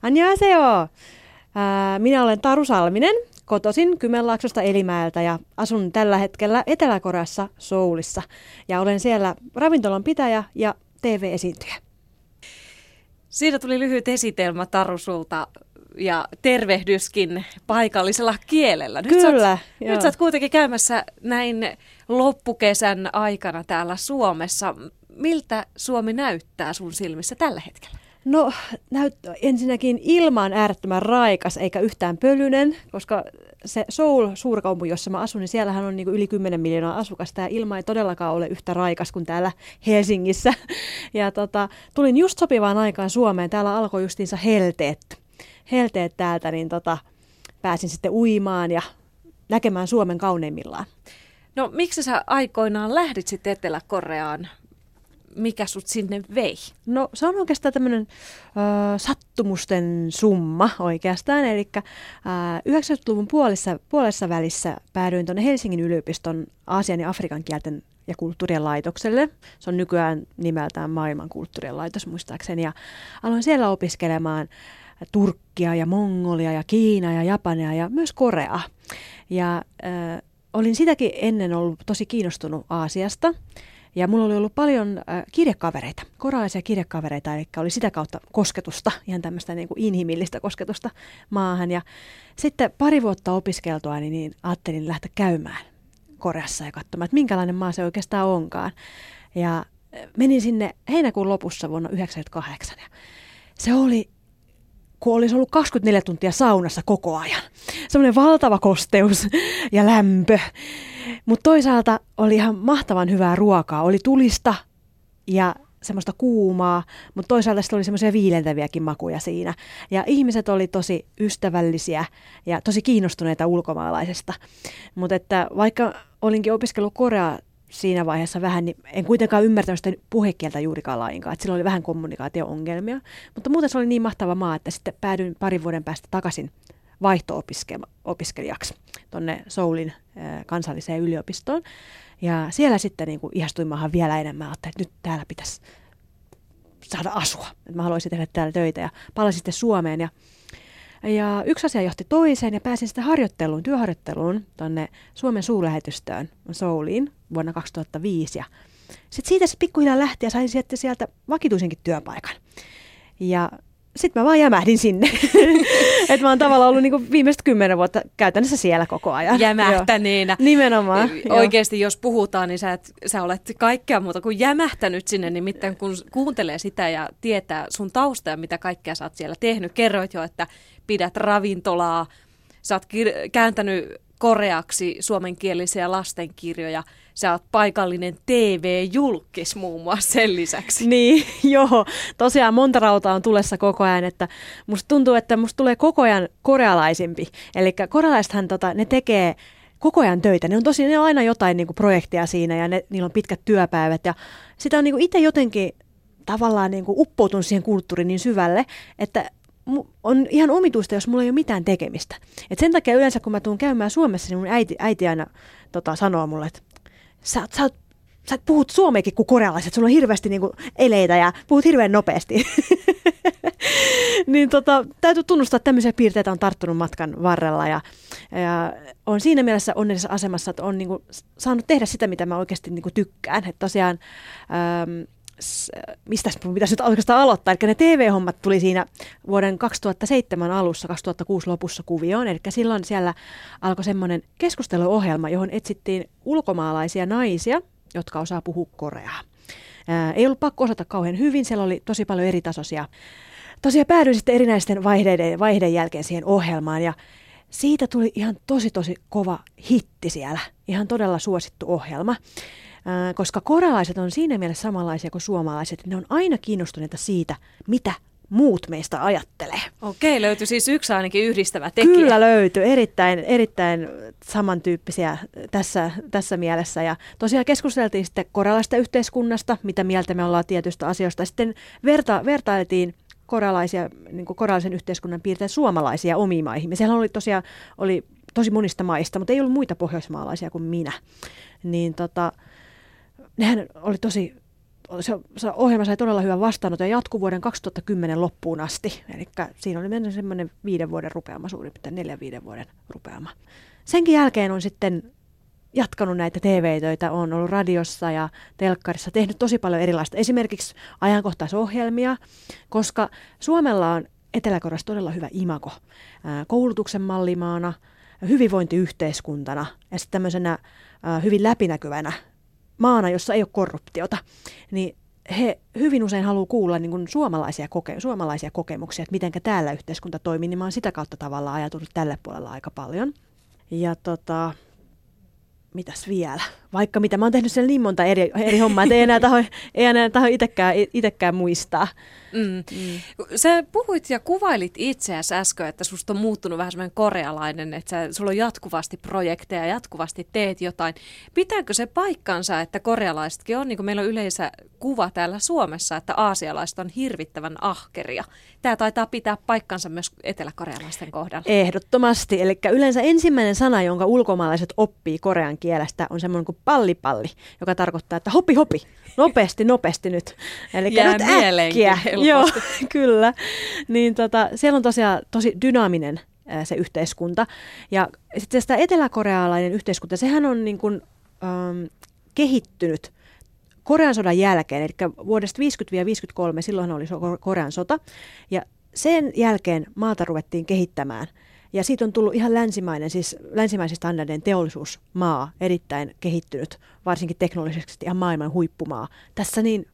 Annyeonghaseyo! Minä olen Taru Salminen, kotoisin Kymenlaaksosta Elimäeltä ja asun tällä hetkellä Etelä-Koreassa Soulissa. Ja olen siellä ravintolan pitäjä ja TV-esiintyjä. Siinä tuli lyhyt esitelmä Taru sulta ja tervehdyskin paikallisella kielellä. Nyt sä oot kuitenkin käymässä näin loppukesän aikana täällä Suomessa. Miltä Suomi näyttää sun silmissä tällä hetkellä? No ensinnäkin ilma on äärettömän raikas eikä yhtään pölyinen, koska se Seoul, suurkaupunki, jossa mä asun, niin siellähän on niin kuin yli 10 miljoonaa asukasta ja ilma ei todellakaan ole yhtä raikas kuin täällä Helsingissä. Ja tulin just sopivaan aikaan Suomeen, täällä alkoi justiinsa helteet täältä, niin pääsin sitten uimaan ja näkemään Suomen kauneimmillaan. No miksi sä aikoinaan lähdit sitten Etelä-Koreaan? Mikä sut sinne vei? No se on oikeastaan tämmöinen sattumusten summa oikeastaan. Eli 90-luvun puolessa välissä päädyin tuonne Helsingin yliopiston Aasian ja Afrikan kielten ja kulttuurien laitokselle. Se on nykyään nimeltään maailman kulttuurien laitos muistaakseni. Ja aloin siellä opiskelemaan Turkkia ja Mongolia ja Kiinaa ja Japania ja myös Koreaa. Ja olin sitäkin ennen ollut tosi kiinnostunut Aasiasta. Ja mulla oli ollut paljon kirjekavereita, korealaisia kirjekavereita, eli oli sitä kautta kosketusta, ihan tämmöistä niin kuin inhimillistä kosketusta maahan. Ja sitten pari vuotta opiskeltua, niin ajattelin lähteä käymään Koreassa ja katsomaan, että minkälainen maa se oikeastaan onkaan. Ja menin sinne heinäkuun lopussa vuonna 1998. Ja se oli, kun olisi ollut 24 tuntia saunassa koko ajan. Semmoinen valtava kosteus ja lämpö. Mutta toisaalta oli ihan mahtavan hyvää ruokaa. Oli tulista ja semmoista kuumaa, mutta toisaalta sitten oli semmoisia viilentäviäkin makuja siinä. Ja ihmiset oli tosi ystävällisiä ja tosi kiinnostuneita ulkomaalaisesta. Mutta että vaikka olinkin opiskellut koreaa siinä vaiheessa vähän, niin en kuitenkaan ymmärtänyt sitä puhekieltä juurikaan lainkaan. Että silloin oli vähän kommunikaatio-ongelmia. Mutta muuten se oli niin mahtava maa, että sitten päädyin parin vuoden päästä takaisin vaihto-opiskelijaksi tuonne Seoulin kansalliseen yliopistoon. Ja siellä sitten niin kuin ihastuin maahan vielä enemmän. Ajattelin, että nyt täällä pitäisi saada asua. Että mä haluaisin tehdä täällä töitä ja palasin sitten Suomeen. Ja yksi asia johti toiseen ja pääsin sitten työharjoitteluun tuonne Suomen suurlähetystöön Souliin vuonna 2005. Ja sitten siitä se pikkuhiljaa lähti ja sain sieltä vakituisenkin työpaikan. Ja sitten mä vaan jämähdin sinne. Että mä oon tavallaan ollut niinku viimeiset 10 vuotta käytännössä siellä koko ajan. Jämähtäneenä. Nimenomaan. Oikeasti jos puhutaan, niin sä olet kaikkea muuta kuin jämähtänyt sinne. Nimittäin kun kuuntelee sitä ja tietää sun taustaa ja mitä kaikkea sä oot siellä tehnyt. Kerroit jo, että pidät ravintolaa. Sä oot kääntänyt koreaksi suomenkielisiä lastenkirjoja. Sä oot paikallinen TV-julkis muun muassa sen lisäksi. Niin, joo. Tosiaan monta rautaa on tulessa koko ajan, että musta tuntuu, että musta tulee koko ajan korealaisempi. Eli korealaisethan ne tekee koko ajan töitä. Ne on aina jotain niin kuin projekteja siinä ja niillä on pitkät työpäivät. Ja sitä on niin kuin itse jotenkin tavallaan niin kuin uppoutunut siihen kulttuuriin niin syvälle, että on ihan omituista, jos mulla ei ole mitään tekemistä. Et sen takia yleensä, kun mä tuun käymään Suomessa, niin mun äiti aina sanoo mulle, että sä puhut suomeakin kuin korealaiset, sulla on hirveästi niinku eleitä ja puhut hirveän nopeasti. Niin täytyy tunnustaa, että tämmöisiä piirteitä on tarttunut matkan varrella ja on siinä mielessä onnellisessa asemassa, että on niinku saanut tehdä sitä, mitä mä oikeasti niinku tykkään. Että tosiaan, mistä pitäisi nyt oikeastaan aloittaa? Eli ne TV-hommat tuli siinä vuoden 2007 alussa, 2006 lopussa kuvioon. Eli silloin siellä alkoi semmoinen keskusteluohjelma, johon etsittiin ulkomaalaisia naisia, jotka osaa puhua koreaa. Ei ollut pakko osata kauhean hyvin, siellä oli tosi paljon eri tasoisia. Tosiaan päädyin sitten erinäisten vaiheiden jälkeen siihen ohjelmaan ja siitä tuli ihan tosi kova hitti siellä. Ihan todella suosittu ohjelma. Koska korealaiset on siinä mielessä samanlaisia kuin suomalaiset. Ne on aina kiinnostuneita siitä, mitä muut meistä ajattelee. Okei, löytyi siis yksi ainakin yhdistävä tekijä. Kyllä löytyi. Erittäin samantyyppisiä tässä mielessä. Ja tosiaan keskusteltiin sitten korealaisesta yhteiskunnasta, mitä mieltä me ollaan tietystä asioista. Sitten vertailtiin korealaisia, niin kuin korealaisen yhteiskunnan piirteitä suomalaisia omiin maihin. Siellä oli tosi monista maista, mutta ei ollut muita pohjoismaalaisia kuin minä. Niin nehän oli se ohjelma sai todella hyvän vastaanoton ja jatkui vuoden 2010 loppuun asti. Eli siinä oli mennyt semmoinen 5 vuoden rupeama, suurin piirtein 4-5 vuoden rupeama. Senkin jälkeen on sitten jatkanut näitä TV-töitä, on ollut radiossa ja telkkarissa, tehnyt tosi paljon erilaista. Esimerkiksi ajankohtaisohjelmia, koska Suomella on Etelä-Koreassa todella hyvä imago. Koulutuksen mallimaana, hyvinvointiyhteiskuntana ja sitten tämmöisenä hyvin läpinäkyvänä maana, jossa ei ole korruptiota, niin he hyvin usein haluaa kuulla niin kuin suomalaisia kokemuksia, että miten täällä yhteiskunta toimii, niin mä oon sitä kautta tavallaan ajatellut tälle puolella aika paljon. Ja mitäs vielä? Vaikka mitä, mä oon tehnyt sen niin monta eri hommaa, että ei enää taho itsekään muistaa. Sä puhuit ja kuvailit itseäsi äsken, että susta on muuttunut vähän semmoinen korealainen, että sulla on jatkuvasti projekteja, jatkuvasti teet jotain. Pitääkö se paikkansa, että korealaisetkin on, niin kuin meillä on yleensä kuva täällä Suomessa, että aasialaiset on hirvittävän ahkeria. Tämä taitaa pitää paikkansa myös eteläkorealaisten kohdalla. Ehdottomasti. Eli yleensä ensimmäinen sana, jonka ulkomaalaiset oppii korean kielestä, on semmoinen kuin palli, joka tarkoittaa, että hopi, nopeasti nyt. Eli nyt äkkiä. Joo, kyllä. Niin siellä on tosiaan tosi dynaaminen se yhteiskunta. Ja sitten sitä eteläkorealainen yhteiskunta, sehän on niin kuin, kehittynyt Korean sodan jälkeen, eli vuodesta 1950-1953, silloin oli Korean sota. Ja sen jälkeen maata ruvettiin kehittämään. Ja siitä on tullut ihan länsimäisen standardien teollisuusmaa, erittäin kehittynyt, varsinkin teknologisesti ihan maailman huippumaa. Tässä niin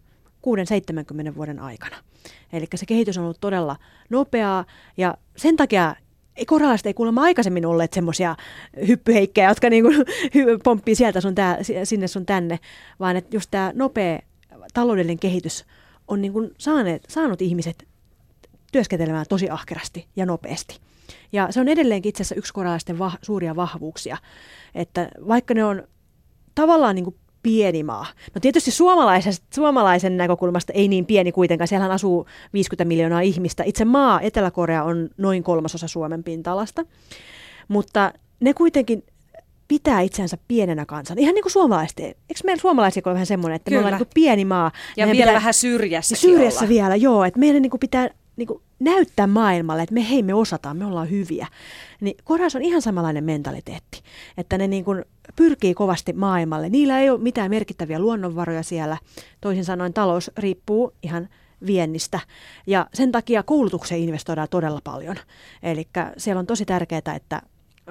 6-70 vuoden aikana. Eli se kehitys on ollut todella nopeaa ja sen takia korealaiset ei kuulemma aikaisemmin olleet semmoisia hyppyheikkejä, jotka niinku pomppii sieltä sinne sun tänne, vaan että just tämä nopea taloudellinen kehitys on niinku saanut ihmiset työskentelemään tosi ahkerasti ja nopeasti. Ja se on edelleenkin itse asiassa yksi korealaisten suuria vahvuuksia, että vaikka ne on tavallaan niin kuin pieni maa. No tietysti suomalaisen näkökulmasta ei niin pieni kuitenkaan, siellähän asuu 50 miljoonaa ihmistä. Itse maa, Etelä-Korea, on noin 1/3 Suomen pinta-alasta, mutta ne kuitenkin pitää itseänsä pienenä kansana. Ihan niin kuin suomalaiset. Eikö meillä suomalaisia ole vähän semmoinen, että Kyllä. me ollaan niin kuin pieni maa. Ja vielä pitää vähän syrjässä vielä, joo. Että meidän niin kuin pitää niin kuin näyttää maailmalle, että me osataan, me ollaan hyviä. Niin Koreassa on ihan samanlainen mentaliteetti, että ne niin kuin pyrkii kovasti maailmalle. Niillä ei ole mitään merkittäviä luonnonvaroja siellä. Toisin sanoen talous riippuu ihan viennistä ja sen takia koulutukseen investoidaan todella paljon. Eli siellä on tosi tärkeää, että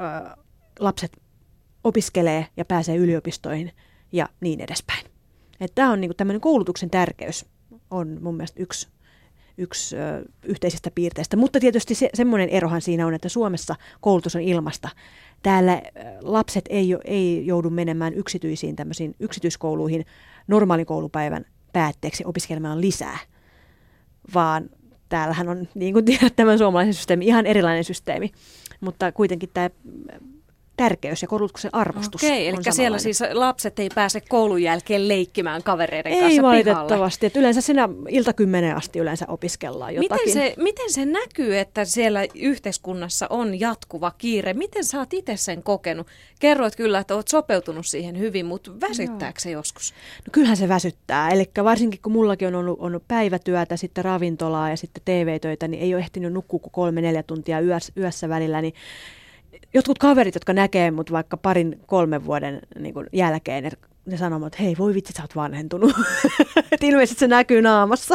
lapset opiskelee ja pääsee yliopistoihin ja niin edespäin. Tämä on niin kuin tämmöinen koulutuksen tärkeys on mun mielestä yksi yhteisistä piirteistä. Mutta tietysti semmoinen erohan siinä on, että Suomessa koulutus on ilmasta. Täällä lapset ei joudu menemään yksityisiin tämmöisiin yksityiskouluihin normaalin koulupäivän päätteeksi opiskelemaan lisää, vaan täällähän on, niin kuin tiedät, tämän suomalaisen systeemi, ihan erilainen systeemi, mutta kuitenkin tämä tärkeys ja koulutuksen arvostus. Okei, eli siellä siis lapset ei pääse koulun jälkeen leikkimään kavereiden kanssa pihalle. Ei valitettavasti. Että yleensä siinä 10 asti yleensä opiskellaan jotakin. Miten se näkyy, että siellä yhteiskunnassa on jatkuva kiire? Miten sä oot itse sen kokenut? Kerroit kyllä, että oot sopeutunut siihen hyvin, mutta väsyttääkö se joskus? No kyllähän se väsyttää. Eli varsinkin kun mullakin on ollut päivätyötä, sitten ravintolaa ja sitten TV-töitä, niin ei ole ehtinyt nukkua kuin 3-4 tuntia yössä välillä, niin jotkut kaverit, jotka näkee mut vaikka 2-3 vuoden niin kun jälkeen, ne sanoo, että hei, voi vitsi, sä oot vanhentunut. Et ilmeisesti se näkyy naamassa.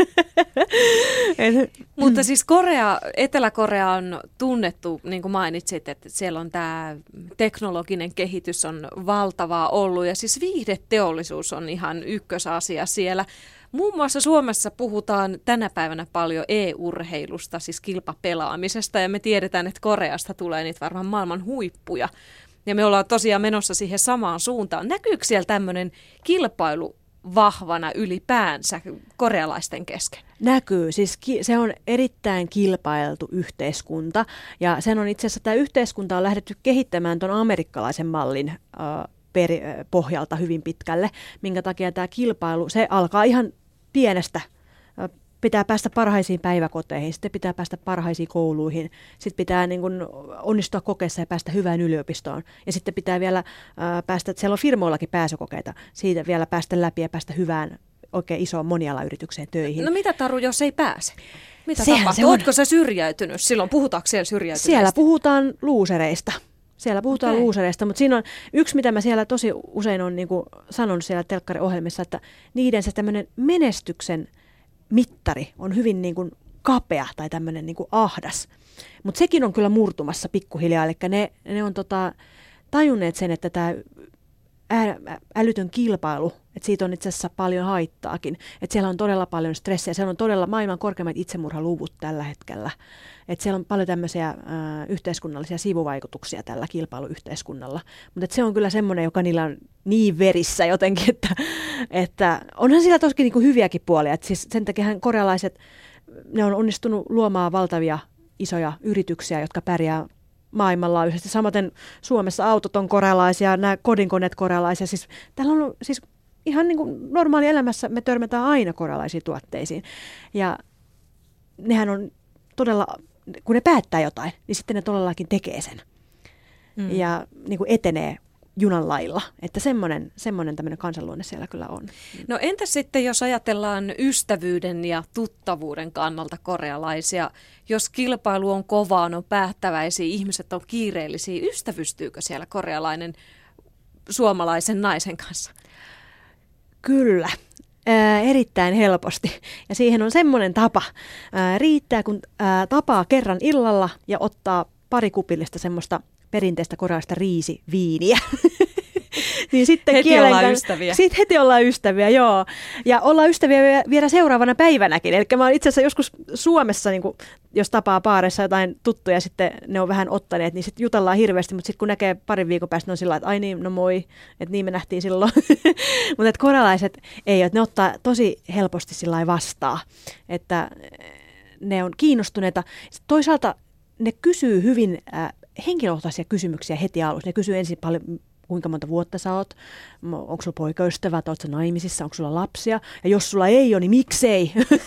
Mutta siis Etelä-Korea on tunnettu, niin kuin mainitsit, että siellä on tämä teknologinen kehitys on valtavaa ollut. Ja siis viihdeteollisuus on ihan ykkösasia siellä. Muun muassa Suomessa puhutaan tänä päivänä paljon e-urheilusta, siis kilpapelaamisesta, ja me tiedetään, että Koreasta tulee niitä varmaan maailman huippuja. Ja me ollaan tosiaan menossa siihen samaan suuntaan. Näkyykö siellä tämmöinen kilpailu vahvana ylipäänsä korealaisten kesken? Näkyy. Siis se on erittäin kilpailtu yhteiskunta, ja sen on itse asiassa tämä yhteiskunta on lähdetty kehittämään tuon amerikkalaisen mallin pohjalta hyvin pitkälle, minkä takia tämä kilpailu, se alkaa ihan pienestä. Pitää päästä parhaisiin päiväkoteihin, sitten pitää päästä parhaisiin kouluihin, sitten pitää niin kuin onnistua kokeessa ja päästä hyvään yliopistoon. Ja sitten pitää vielä päästä, että siellä on firmoillakin pääsykokeita, siitä vielä päästä läpi ja päästä hyvään oikein isoon monialayritykseen töihin. No mitä Taru, jos ei pääse? Mitä Sehän tapahtuu? se on. Ootko sä syrjäytynyt silloin? Puhutaanko siellä syrjäytyneistä? Siellä puhutaan luusereista. Luusereista, mutta siinä on yksi, mitä mä siellä tosi usein on niin kuin sanonut siellä telkkariohjelmissa, että niiden se tämmöinen menestyksen mittari on hyvin niin kuin kapea tai tämmöinen niin kuin ahdas. Mutta sekin on kyllä murtumassa pikkuhiljaa, eli ne on tajunneet sen, että tämä älytön kilpailu, että siitä on itse asiassa paljon haittaakin. Että siellä on todella paljon stressiä, siellä on todella maailman korkeimmat itsemurhaluvut tällä hetkellä. Että siellä on paljon tämmöisiä yhteiskunnallisia sivuvaikutuksia tällä kilpailuyhteiskunnalla. Mutta se on kyllä semmoinen, joka niillä on niin verissä jotenkin, että onhan siellä tosikin niinku hyviäkin puolia. Et siis sen takia korealaiset, ne on onnistunut luomaan valtavia isoja yrityksiä, jotka pärjää maailmanlaajuisesti. Samaten Suomessa autot on korealaisia, nämä kodinkoneet korealaisia. Siis, täällä on siis ihan niin kuin normaali elämässä me törmätään aina korealaisiin tuotteisiin. Ja nehän on todella, kun ne päättää jotain, niin sitten ne todellakin tekee sen. Ja niin kuin etenee junan lailla. Että semmoinen tämmöinen kansanluonne siellä kyllä on. No entäs sitten, jos ajatellaan ystävyyden ja tuttavuuden kannalta korealaisia, jos kilpailu on kovaa, on päättäväisiä, ihmiset on kiireellisiä, ystävystyykö siellä korealainen suomalaisen naisen kanssa? Kyllä. Erittäin helposti. Ja siihen on semmoinen tapa. Riittää, kun tapaa kerran illalla ja ottaa pari kupillista semmoista perinteistä korealaista riisiviiniä. Niin sitten heti ollaan ystäviä. Sitten heti ollaan ystäviä, joo. Ja ollaan ystäviä vielä seuraavana päivänäkin. Eli mä oon itse asiassa joskus Suomessa, niin kun, jos tapaa baareissa jotain tuttuja, sitten ne on vähän ottaneet, niin sitten jutellaan hirveästi, mutta sitten kun näkee parin viikon päästä, ne on sillä lailla, että ai niin, no moi, että niin me nähtiin silloin. Mutta että korealaiset ei ole, että ne ottaa tosi helposti sillä lailla vastaan, että ne on kiinnostuneita. Sitten toisaalta ne kysyy hyvin henkilökohtaisia kysymyksiä heti alussa. Ne kysyy ensin paljon, kuinka monta vuotta sä oot, onko sulla poikaystävä, oot sä naimisissa, onko sulla lapsia, ja jos sulla ei ole, niin miksei?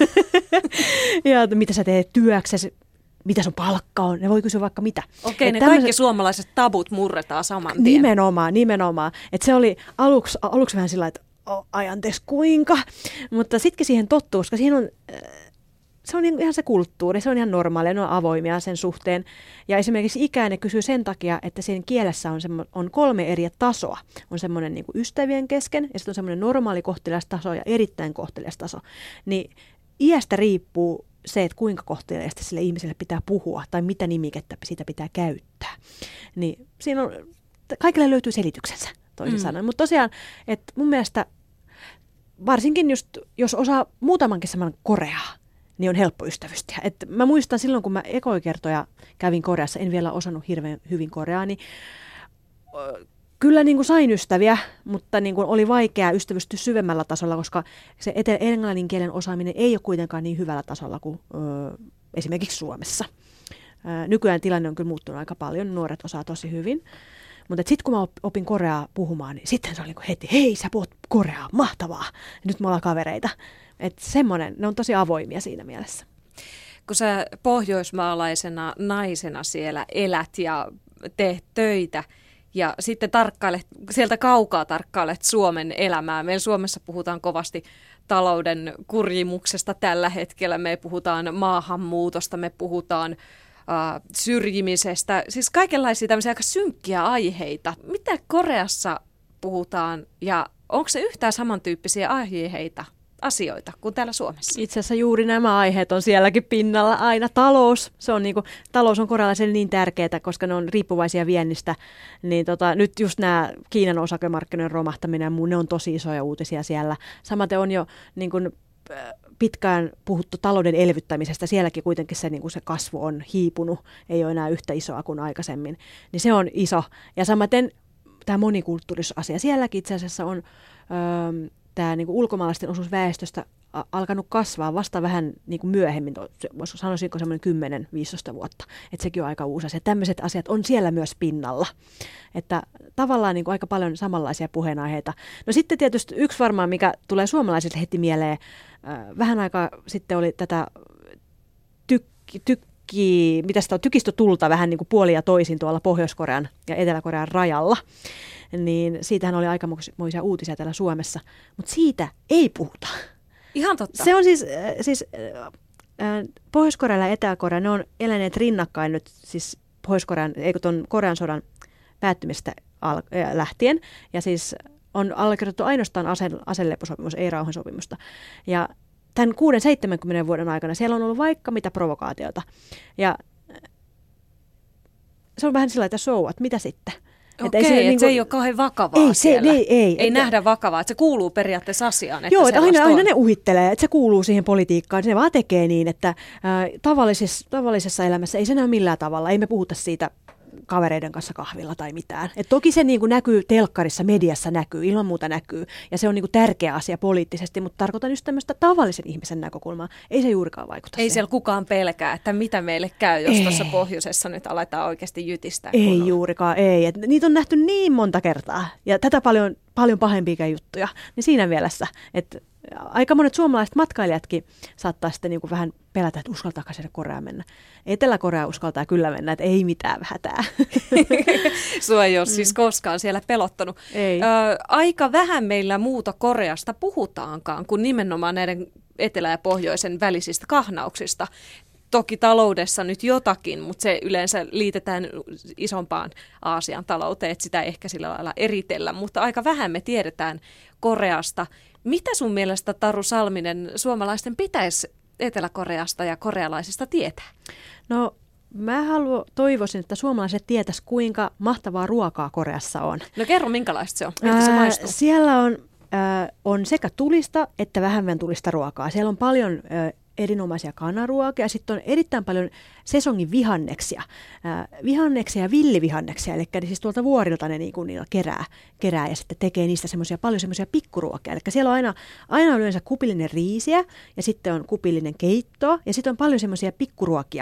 Ja mitä sä teet työksesi, mitä sun palkka on, ne voi kysyä vaikka mitä. Okei, ne kaikki suomalaiset tabut murretaan saman tien. Nimenomaan. Että se oli aluksi vähän sillä, että ai anteeksi kuinka, mutta sittenkin siihen tottuu, koska siihen on... Se on ihan se kulttuuri, se on ihan normaalia, ne on avoimia sen suhteen. Ja esimerkiksi ikäinen kysyy sen takia, että siinä kielessä on 3 eri tasoa. On semmoinen niin kuin ystävien kesken, ja sitten on semmoinen normaali kohtelias taso ja erittäin kohtelias taso. Niin iästä riippuu se, että kuinka kohteliaasti sille ihmiselle pitää puhua, tai mitä nimikettä siitä pitää käyttää. Niin siinä on, kaikille löytyy selityksensä, toisin sanoen. Mutta tosiaan, että mun mielestä varsinkin just, jos osaa muutamankin saman koreaa, niin on helppo ystävystyä. Et mä muistan silloin, kun mä ekoja kertoja kävin Koreassa, en vielä osannut hirveän hyvin koreaa, niin kyllä niin kuin sain ystäviä, mutta niin kuin oli vaikea ystävystyä syvemmällä tasolla, koska se englannin kielen osaaminen ei ole kuitenkaan niin hyvällä tasolla kuin esimerkiksi Suomessa. Nykyään tilanne on kyllä muuttunut aika paljon, nuoret osaa tosi hyvin. Mutta sitten kun mä opin koreaa puhumaan, niin sitten se oli niin heti, hei sä puhut koreaa, mahtavaa, nyt me ollaan kavereita. Että semmoinen, ne on tosi avoimia siinä mielessä. Kun sä pohjoismaalaisena naisena siellä elät ja teet töitä ja sitten sieltä kaukaa tarkkailet Suomen elämää. Meillä Suomessa puhutaan kovasti talouden kurjimuksesta tällä hetkellä. Me puhutaan maahanmuutosta, me puhutaan syrjimisestä. Siis kaikenlaisia tämmöisiä aika synkkiä aiheita. Mitä Koreassa puhutaan ja onko se yhtään samantyyppisiä asioita kuin täällä Suomessa? Itse asiassa juuri nämä aiheet on sielläkin pinnalla aina. Talous on korealaisille niin tärkeää, koska ne on riippuvaisia viennistä. Niin nyt just nämä Kiinan osakemarkkinoiden romahtaminen ja muu, ne on tosi isoja uutisia siellä. Samaten on jo niin kuin pitkään puhuttu talouden elvyttämisestä. Sielläkin kuitenkin se, niin kuin se kasvu on hiipunut, ei ole enää yhtä isoa kuin aikaisemmin. Niin se on iso. Ja samaten tämä monikulttuurisuusasia. Sielläkin itse asiassa on tämä niin kuin ulkomaalaisten osuus väestöstä alkanut kasvaa vasta vähän niin kuin myöhemmin, sanoisinko semmoinen 10-15 vuotta. Että sekin on aika uusi asia. Tämmöiset asiat on siellä myös pinnalla. Että tavallaan niin kuin aika paljon samanlaisia puheenaiheita. No sitten tietysti yksi varmaan, mikä tulee suomalaisille heti mieleen, vähän aikaa sitten oli tätä tykistötulta vähän niin kuin puolin ja toisin tuolla Pohjois-Korean ja Etelä-Korean rajalla. Niin siitähän oli aikamoisia uutisia täällä Suomessa, mutta siitä ei puhuta. Ihan totta. Se on siis Pohjois-Korea ja Etelä-Korea, ne on eläneet rinnakkain nyt siis Korean sodan päättymistä lähtien. Ja siis on allekirjoitettu ainoastaan aseleposopimus, ei rauhansopimusta. Ja tämän 6-70 vuoden aikana siellä on ollut vaikka mitä provokaatiota. Ja se on vähän sillä että so what, mitä sitten? Okei, että se ei ole kauhean vakavaa siellä. Ei nähdä vakavaa, että se kuuluu periaatteessa asiaan. Että joo, että aina ne uhittelee, että se kuuluu siihen politiikkaan. Se vaan tekee niin, että tavallisessa elämässä ei se näy millään tavalla. Ei me puhuta siitä kavereiden kanssa kahvilla tai mitään. Et toki se niin kuin näkyy telkkarissa, mediassa näkyy, ilman muuta näkyy. Ja se on niin kuin tärkeä asia poliittisesti, mutta tarkoitan just tämmöistä tavallisen ihmisen näkökulmaa. Ei se juurikaan vaikuta Ei siihen. siellä kukaan pelkää, että mitä meille käy, jos tuossa pohjoisessa nyt aletaan oikeasti jytistää. Ei juurikaan, ei. Et niitä on nähty niin monta kertaa. Ja tätä paljon pahempiakin juttuja. Niin siinä mielessä, että aika monet suomalaiset matkailijatkin saattaa sitten niin kuin vähän pelätä, että uskaltaako sinne Koreaan mennä. Etelä-Korea uskaltaa kyllä mennä, että ei mitään hätää. Sua ei ole siis koskaan siellä pelottanut. Ei. Aika vähän meillä muuta Koreasta puhutaankaan kuin nimenomaan näiden etelä- ja pohjoisen välisistä kahnauksista. Toki taloudessa nyt jotakin, mutta se yleensä liitetään isompaan Aasian talouteen, että sitä ei ehkä sillä lailla eritellä. Mutta aika vähän me tiedetään Koreasta. Mitä sun mielestä, Taru Salminen, suomalaisten pitäisi Etelä-Koreasta ja korealaisista tietää? No mä toivoisin, että suomalaiset tietäisi, kuinka mahtavaa ruokaa Koreassa on. No kerro, minkälaista se on? Miltä se maistuu? Siellä on sekä tulista että vähemmän tulista ruokaa. Siellä on paljon erinomaisia kanaruokia ja sitten on erittäin paljon sesongin vihanneksia. Vihanneksia ja villivihanneksia, eli siis tuolta vuorilta ne niillä kerää ja sitten tekee niistä paljon semmoisia pikkuruokia. Eli siellä on aina on yleensä kupillinen riisiä ja sitten on kupillinen keittoa ja sitten on paljon semmoisia pikkuruokia.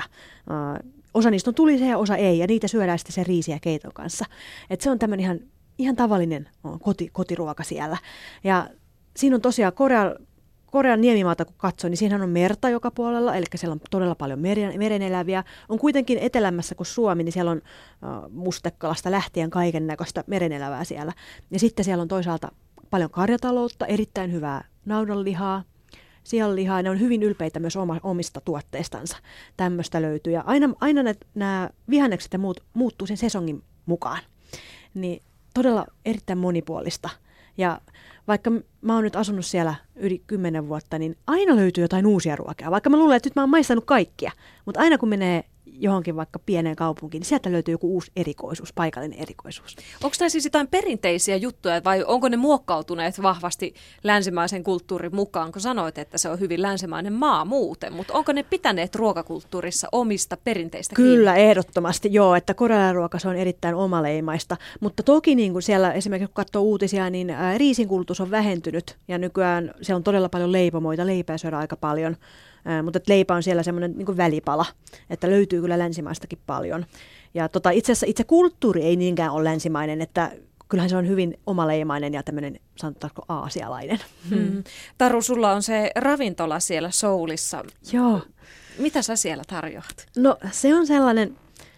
Osa niistä on tulisia ja osa ei ja niitä syödään sitten sen riisiä keiton kanssa. Et se on tämmöinen ihan tavallinen kotiruoka siellä. Ja siinä on tosiaan Korean niemimaata kun katsoo, niin siinähän on merta joka puolella, eli siellä on todella paljon mereneläviä. On kuitenkin etelämässä kuin Suomi, niin siellä on Mustekkalasta lähtien kaiken näköistä merenelävää siellä. Ja sitten siellä on toisaalta paljon karjataloutta, erittäin hyvää naudanlihaa, sianlihaa. Ne on hyvin ylpeitä myös omista tuotteistansa. Tämmöistä löytyy. Ja aina nämä vihannekset ja muut muuttuu sen sesongin mukaan. Niin todella erittäin monipuolista. Ja vaikka mä oon nyt asunut siellä yli 10 vuotta, niin aina löytyy jotain uusia ruokia. Vaikka mä luulen, että nyt mä oon maistanut kaikkia, mutta aina kun menee johonkin vaikka pieneen kaupunkiin, niin sieltä löytyy joku uusi erikoisuus, paikallinen erikoisuus. Onko tämä siis jotain perinteisiä juttuja vai onko ne muokkautuneet vahvasti länsimaisen kulttuurin mukaan, kun sanoit, että se on hyvin länsimainen maa muuten, mutta onko ne pitäneet ruokakulttuurissa omista perinteistä Kyllä, kiinni? ehdottomasti joo, että korealainen ruoka se on erittäin omaleimaista, mutta toki niin kuin siellä esimerkiksi kun katsoo uutisia, niin riisinkulutus on vähentynyt ja nykyään siellä on todella paljon leipomoita, leipää syödään aika paljon. Mutta leipä on siellä semmoinen niin kuin välipala, että löytyy kyllä länsimaistakin paljon. Ja itse asiassa itse kulttuuri ei niinkään ole länsimainen, että kyllähän se on hyvin omaleimainen ja tämmöinen, sanotaanko, aasialainen. Taru, sulla on se ravintola siellä Soulissa. Joo. Mitä sä siellä tarjoat? No se on sellainen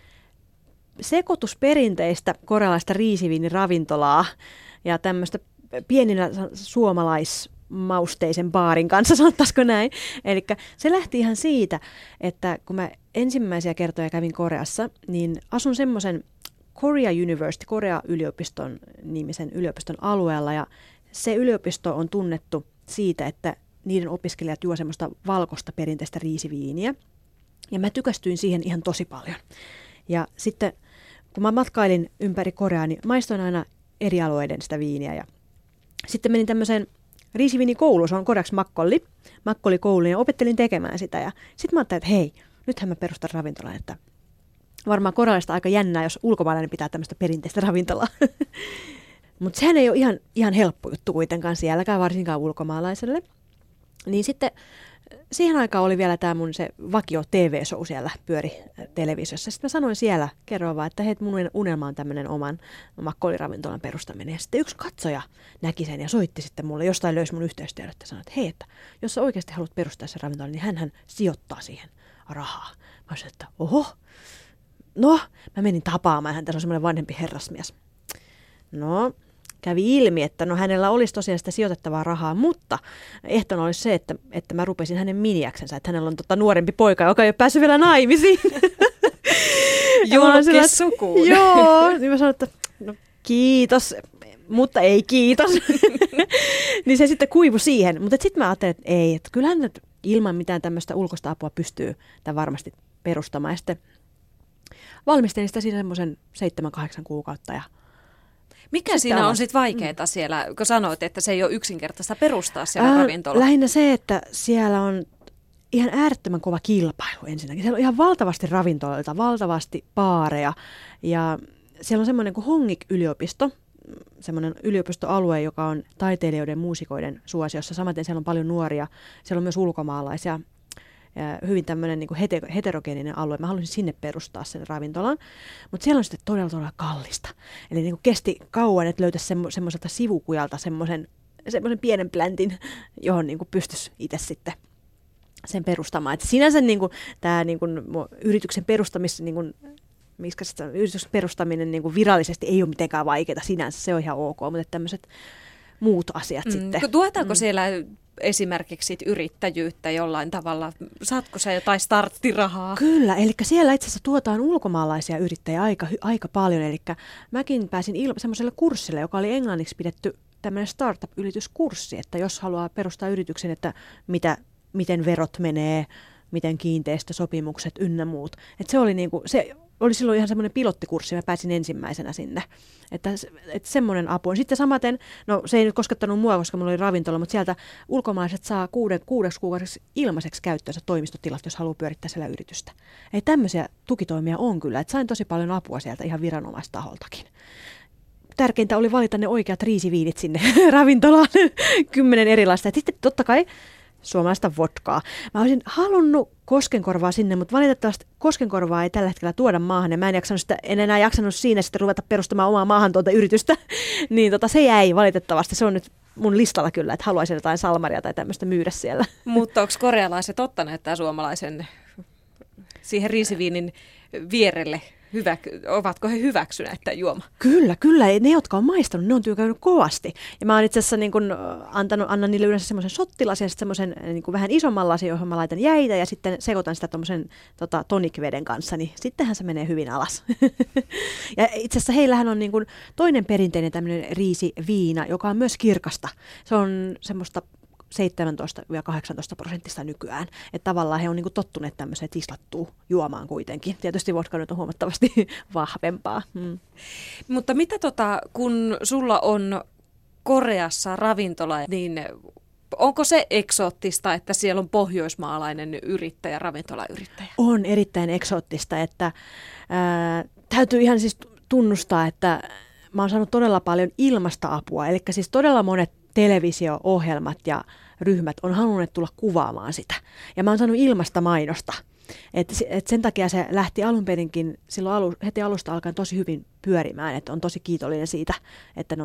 sekoitus perinteistä korealaista riisiviiniravintolaa ja tämmöistä pieninä suomalaismausteisen baarin kanssa, sanottaisiko näin. Eli se lähti ihan siitä, että kun mä ensimmäisiä kertoja kävin Koreassa, niin asun semmoisen Korea University, Korea-yliopiston nimisen yliopiston alueella, ja se yliopisto on tunnettu siitä, että niiden opiskelijat juo semmoista valkoista perinteistä riisiviiniä, ja mä tykästyin siihen ihan tosi paljon. Ja sitten kun mä matkailin ympäri Koreaa, niin maistoin aina eri alueiden sitä viiniä, ja sitten menin tämmöiseen riisiviinikouluun, se on koreaksi makkolikouluun, ja opettelin tekemään sitä, ja sitten mä ajattelin, että hei, nythän mä perustan ravintolan, että varmaan korealaista aika jännää, jos ulkomaalainen pitää tämmöistä perinteistä ravintolaa. Mutta sehän ei ole ihan helppo juttu kuitenkaan sielläkään, varsinkaan ulkomaalaiselle. Niin sitten siihen aikaan oli vielä tämä mun se vakio TV-show siellä pyöri televisiossa. Sitten mä sanoin siellä, kerroin vaan, että hei, mun unelma on tämmöinen oman makkoliravintolan perustaminen. Ja sitten yksi katsoja näki sen ja soitti sitten mulle, jostain löysi mun yhteystiedot ja sanoi, että hei, että jos sä oikeasti haluat perustaa sen ravintolan, niin hänhän sijoittaa siihen rahaa. Mä sanoin, että oho. No, mä menin tapaamaan häntä, se on semmoinen vanhempi herrasmies. No, kävi ilmi, että no hänellä olisi tosiaan sitä sijoitettavaa rahaa, mutta ehtona olisi se, että mä rupesin hänen miniäksensä, että hänellä on nuorempi poika, joka ei ole päässyt vielä naimisiin. Julkis sukuun. Joo, niin mä sanoin, että no kiitos, mutta ei kiitos. Niin se sitten kuivui siihen, mutta sitten mä ajattelin, että ei, että kyllähän nyt ilman mitään tämmöistä ulkoista apua pystyy tämän varmasti perustamaan. Ja sitten valmistelin sitä siinä semmoisen 7-8 kuukautta. Ja mikä siinä on sitten vaikeaa siellä, kun sanoit, että se ei ole yksinkertaista perustaa siellä ravintola? Lähinnä se, että siellä on ihan äärettömän kova kilpailu ensinnäkin. Siellä on ihan valtavasti ravintoloita, valtavasti baareja ja siellä on semmoinen kuin Hongik-yliopisto, semmoinen yliopistoalue, joka on taiteilijoiden, muusikoiden suosiossa. Samaten siellä on paljon nuoria, siellä on myös ulkomaalaisia. Ja hyvin tämmöinen niin kuin heterogeeninen alue. Mä halusin sinne perustaa sen ravintolan, mutta siellä on sitten todella kallista. Eli niin kuin kesti kauan, että löytäisi semmoiselta sivukujalta semmoisen pienen pläntin, johon niin kuin pystyisi itse sitten sen perustamaan. Et sinänsä niin kuin, tämä niin kuin, yrityksen yrityksen perustaminen niin kuin virallisesti ei ole mitenkään vaikeaa sinänsä, se on ihan ok, mutta tämmöiset muut asiat sitten. Tuetaanko siellä esimerkiksi yrittäjyyttä jollain tavalla? Saatko sä jotain starttirahaa? Kyllä, eli siellä itse asiassa tuotaan ulkomaalaisia yrittäjiä aika paljon. Eli mäkin pääsin semmoiselle kurssille, joka oli englanniksi pidetty tämmöinen startup-yrityskurssi, että jos haluaa perustaa yrityksen, että miten verot menee, miten kiinteistösopimukset ynnä muut. Että se oli silloin ihan semmoinen pilottikurssi, mä pääsin ensimmäisenä sinne. Että semmoinen apu on. Sitten samaten, no se ei nyt koskettanut mua, koska mulla oli ravintola, mutta sieltä ulkomaalaiset saa 6 kuukaudeksi ilmaiseksi käyttöönsä toimistotilat, jos haluaa pyörittää siellä yritystä. Ei tämmöisiä tukitoimia on kyllä, että sain tosi paljon apua sieltä ihan viranomaistaholtakin. Tärkeintä oli valita ne oikeat riisiviinit sinne ravintolaan, 10 erilaista. Ja sitten totta kai suomalaista vodkaa. Mä olisin halunnut koskenkorvaa sinne, mutta valitettavasti koskenkorvaa ei tällä hetkellä tuoda maahan. Ja mä en enää jaksanut siinä sitten ruveta perustamaan omaa maahantuontayritystä. Niin se jäi valitettavasti. Se on nyt mun listalla kyllä, että haluaisin jotain salmaria tai tämmöistä myydä siellä. Mutta onko korealaiset ottaneet tämän suomalaisen siihen riisiviinin vierelle? Ovatko he hyväksyneet tämän juoma? Kyllä. Ne, jotka on maistanut, ne on tyykäynyt kovasti. Ja mä oon itse asiassa niin kun annan niille yleensä semmoisen shottilasin ja sitten semmoisen niin vähän isomman lasin, johon mä laitan jäitä ja sitten sekoitan sitä tommosen tonikveden kanssa, niin sittenhän se menee hyvin alas. Ja itse asiassa heillähän on niin kun toinen perinteinen tämmöinen riisiviina, joka on myös kirkasta. Se on semmoista 17-18% nykyään. Että tavallaan he on niinku tottuneet tämmöiseen tislattuun juomaan kuitenkin. Tietysti vodka nyt on huomattavasti vahvempaa. Mutta mitä kun sulla on Koreassa ravintola, niin onko se eksoottista, että siellä on pohjoismaalainen yrittäjä, ravintolayrittäjä? On erittäin eksoottista, että täytyy ihan siis tunnustaa, että mä oon saanut todella paljon ilmasta apua. Eli siis todella monet televisio-ohjelmat ja ryhmät on halunnut tulla kuvaamaan sitä. Ja mä oon saanut ilmasta mainosta. Et sen takia se lähti alun perinkin silloin heti alusta alkaen tosi hyvin pyörimään. Että on tosi kiitollinen siitä, että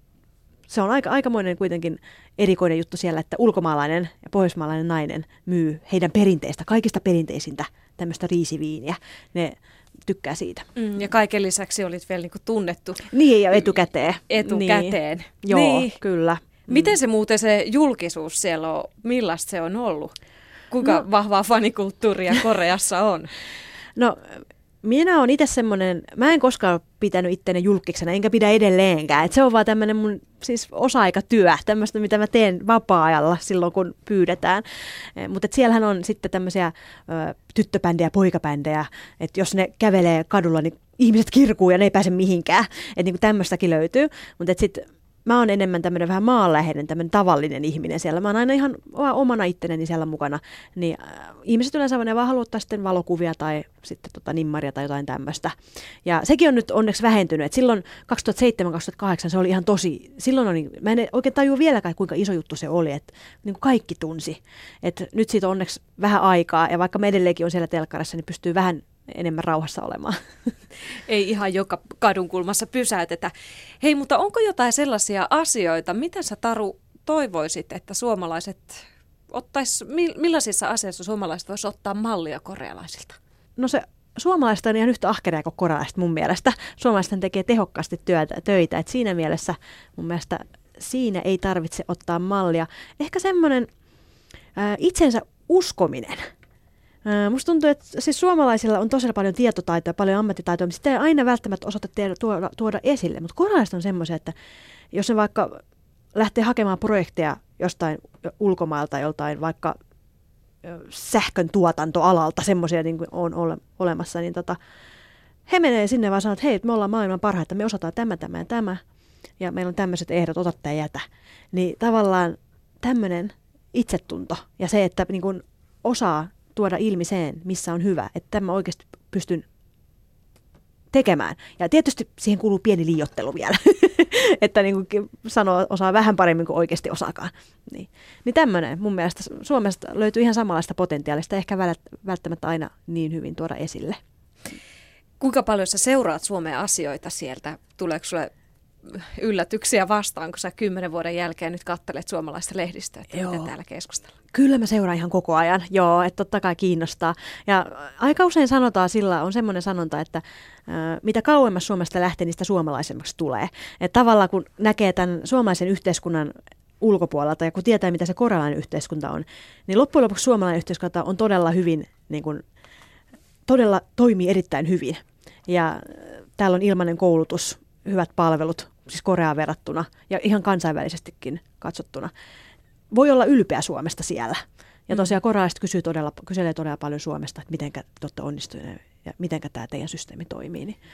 se on aikamoinen kuitenkin erikoinen juttu siellä, että ulkomaalainen ja pohjoismaalainen nainen myy heidän perinteistä, kaikista perinteisintä tämmöistä riisiviiniä. Ne tykkää siitä. Ja kaiken lisäksi olit vielä niinku tunnettu. Niin, ja etukäteen. Etukäteen. Niin. Joo, niin. Kyllä. Miten se muuten se julkisuus siellä on, millaista se on ollut? Kuinka vahvaa fanikulttuuria Koreassa on? No, minä olen itse semmoinen, mä en koskaan pitänyt itteni julkiksena, enkä pidä edelleenkään. Et se on vaan tämmöinen mun siis osa-aikatyö, tämmöistä mitä mä teen vapaa-ajalla silloin kun pyydetään. Mutta siellähän on sitten tämmöisiä tyttöbändejä, poikabändejä, että jos ne kävelee kadulla, niin ihmiset kirkuu ja ne ei pääse mihinkään. Että niinku tämmöistäkin löytyy, mutta sitten mä oon enemmän tämmöinen vähän maanläheinen, tämmöinen tavallinen ihminen siellä. Mä oon aina ihan omana itteneni siellä mukana. Niin ihmiset yleensä ne vaan haluaa ottaa sitten valokuvia tai sitten nimmaria tai jotain tämmöistä. Ja sekin on nyt onneksi vähentynyt. Et silloin 2007-2008 se oli ihan tosi, mä en oikein tajua vieläkään kuinka iso juttu se oli, että niin kaikki tunsi. Et nyt siitä on onneksi vähän aikaa ja vaikka me edelleenkin on siellä telkkarissa, niin pystyy vähän enemmän rauhassa olemaan. Ei ihan joka kadunkulmassa pysäytetä. Hei, mutta onko jotain sellaisia asioita, mitä sä Taru toivoisit, että suomalaiset millaisissa asioissa suomalaiset voisivat ottaa mallia korealaisilta? No se suomalaiset on ihan yhtä ahkeria kuin korealaiset mun mielestä. Suomalaiset tekee tehokkaasti töitä, että siinä mielessä mun mielestä siinä ei tarvitse ottaa mallia. Ehkä semmoinen itsensä uskominen. Musta tuntuu, että siis suomalaisilla on tosiaan paljon tietotaitoa, paljon ammattitaitoa, mutta sitä ei aina välttämättä osata tuoda esille. Mutta korealaiset on semmoisia, että jos ne vaikka lähtee hakemaan projekteja jostain ulkomailta, joltain vaikka sähkön tuotantoalalta, semmoisia niin kuin on olemassa, niin he menee sinne vaan sanoo, että hei, me ollaan maailman parhaita, me osataan tämä ja tämä, ja meillä on tämmöiset ehdot, ota tai jätä. Niin tavallaan tämmöinen itsetunto ja se, että niin kuin osaa tuoda ilmi sen, missä on hyvä, että tämä oikeasti pystyn tekemään. Ja tietysti siihen kuuluu pieni liioittelu vielä, että niin kuin osaa vähän paremmin kuin oikeasti osaakaan. Niin tämmöinen mun mielestä Suomesta löytyy ihan samanlaista potentiaalista, ehkä välttämättä aina niin hyvin tuoda esille. Kuinka paljon sä seuraat Suomen asioita sieltä? Tuleeko sulle yllätyksiä vastaan, kun sä 10 vuoden jälkeen nyt katselet suomalaista lehdistöä, että mitä täällä keskustellaan? Kyllä mä seuraan ihan koko ajan, joo, että totta kai kiinnostaa. Ja aika usein sanotaan on semmoinen sanonta, että mitä kauemmas Suomesta lähtee, niin sitä suomalaisemmaksi tulee. Että tavallaan kun näkee tämän suomalaisen yhteiskunnan ulkopuolelta ja kun tietää, mitä se korealainen yhteiskunta on, niin loppujen lopuksi suomalainen yhteiskunta on todella hyvin, niin kuin, todella toimii erittäin hyvin. Ja täällä on ilmainen koulutus, hyvät palvelut, siis Koreaan verrattuna ja ihan kansainvälisestikin katsottuna. Voi olla ylpeä Suomesta siellä. Ja tosiaan korealaiset kyselee todella paljon Suomesta, että miten te olette onnistuneet ja miten tämä teidän systeemi toimii. Niin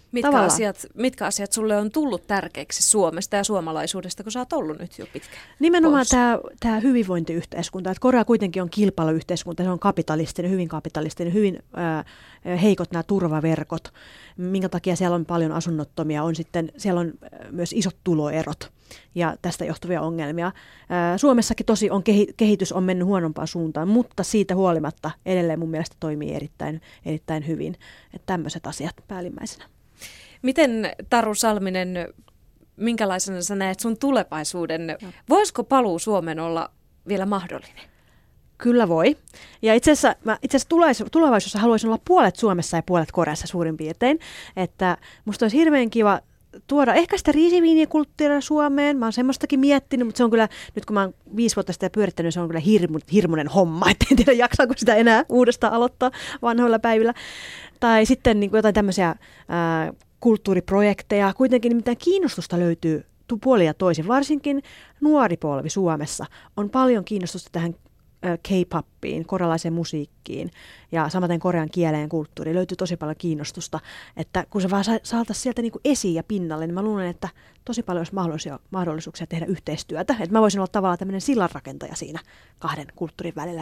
mitkä asiat sulle on tullut tärkeiksi Suomesta ja suomalaisuudesta, kun sä oot ollut nyt jo pitkään? Nimenomaan tämä hyvinvointiyhteiskunta. Että Korea kuitenkin on kilpailuyhteiskunta, se on hyvin kapitalistinen, hyvin heikot nämä turvaverkot, minkä takia siellä on paljon asunnottomia, siellä on myös isot tuloerot ja tästä johtuvia ongelmia. Suomessakin tosi kehitys on mennyt huonompaan suuntaan, mutta siitä huolimatta edelleen mun mielestä toimii erittäin hyvin. Että tämmöiset asiat päällimmäisenä. Miten, Taru Salminen, minkälaisena sä näet sun tulevaisuuden? Voisiko paluu Suomeen olla vielä mahdollinen? Kyllä voi. Ja itse asiassa tulevaisuudessa haluaisin olla puolet Suomessa ja puolet Koreassa suurin piirtein. Että musta olisi hirveän kiva tuoda ehkä sitä riisiviinikulttuuria Suomeen. Mä oon semmoistakin miettinyt, mutta se on kyllä, nyt kun mä oon 5 vuotta sitä pyörittänyt, se on kyllä hirmuinen homma. Et en tiedä, jaksaako sitä enää uudestaan aloittaa vanhoilla päivillä. Tai sitten niin kuin jotain tämmöisiä kulttuuriprojekteja. Kuitenkin nimittäin kiinnostusta löytyy puolin ja toisin. Varsinkin nuori polvi Suomessa on paljon kiinnostusta tähän K-popiin, korealaiseen musiikkiin ja samaten korean kieleen ja kulttuuriin löytyy tosi paljon kiinnostusta, että kun se vaan saataisiin sieltä niin kuin esiin ja pinnalle, niin mä luulen, että tosi paljon olisi mahdollisuuksia tehdä yhteistyötä, että mä voisin olla tavallaan tämmöinen sillanrakentaja siinä kahden kulttuurin välillä.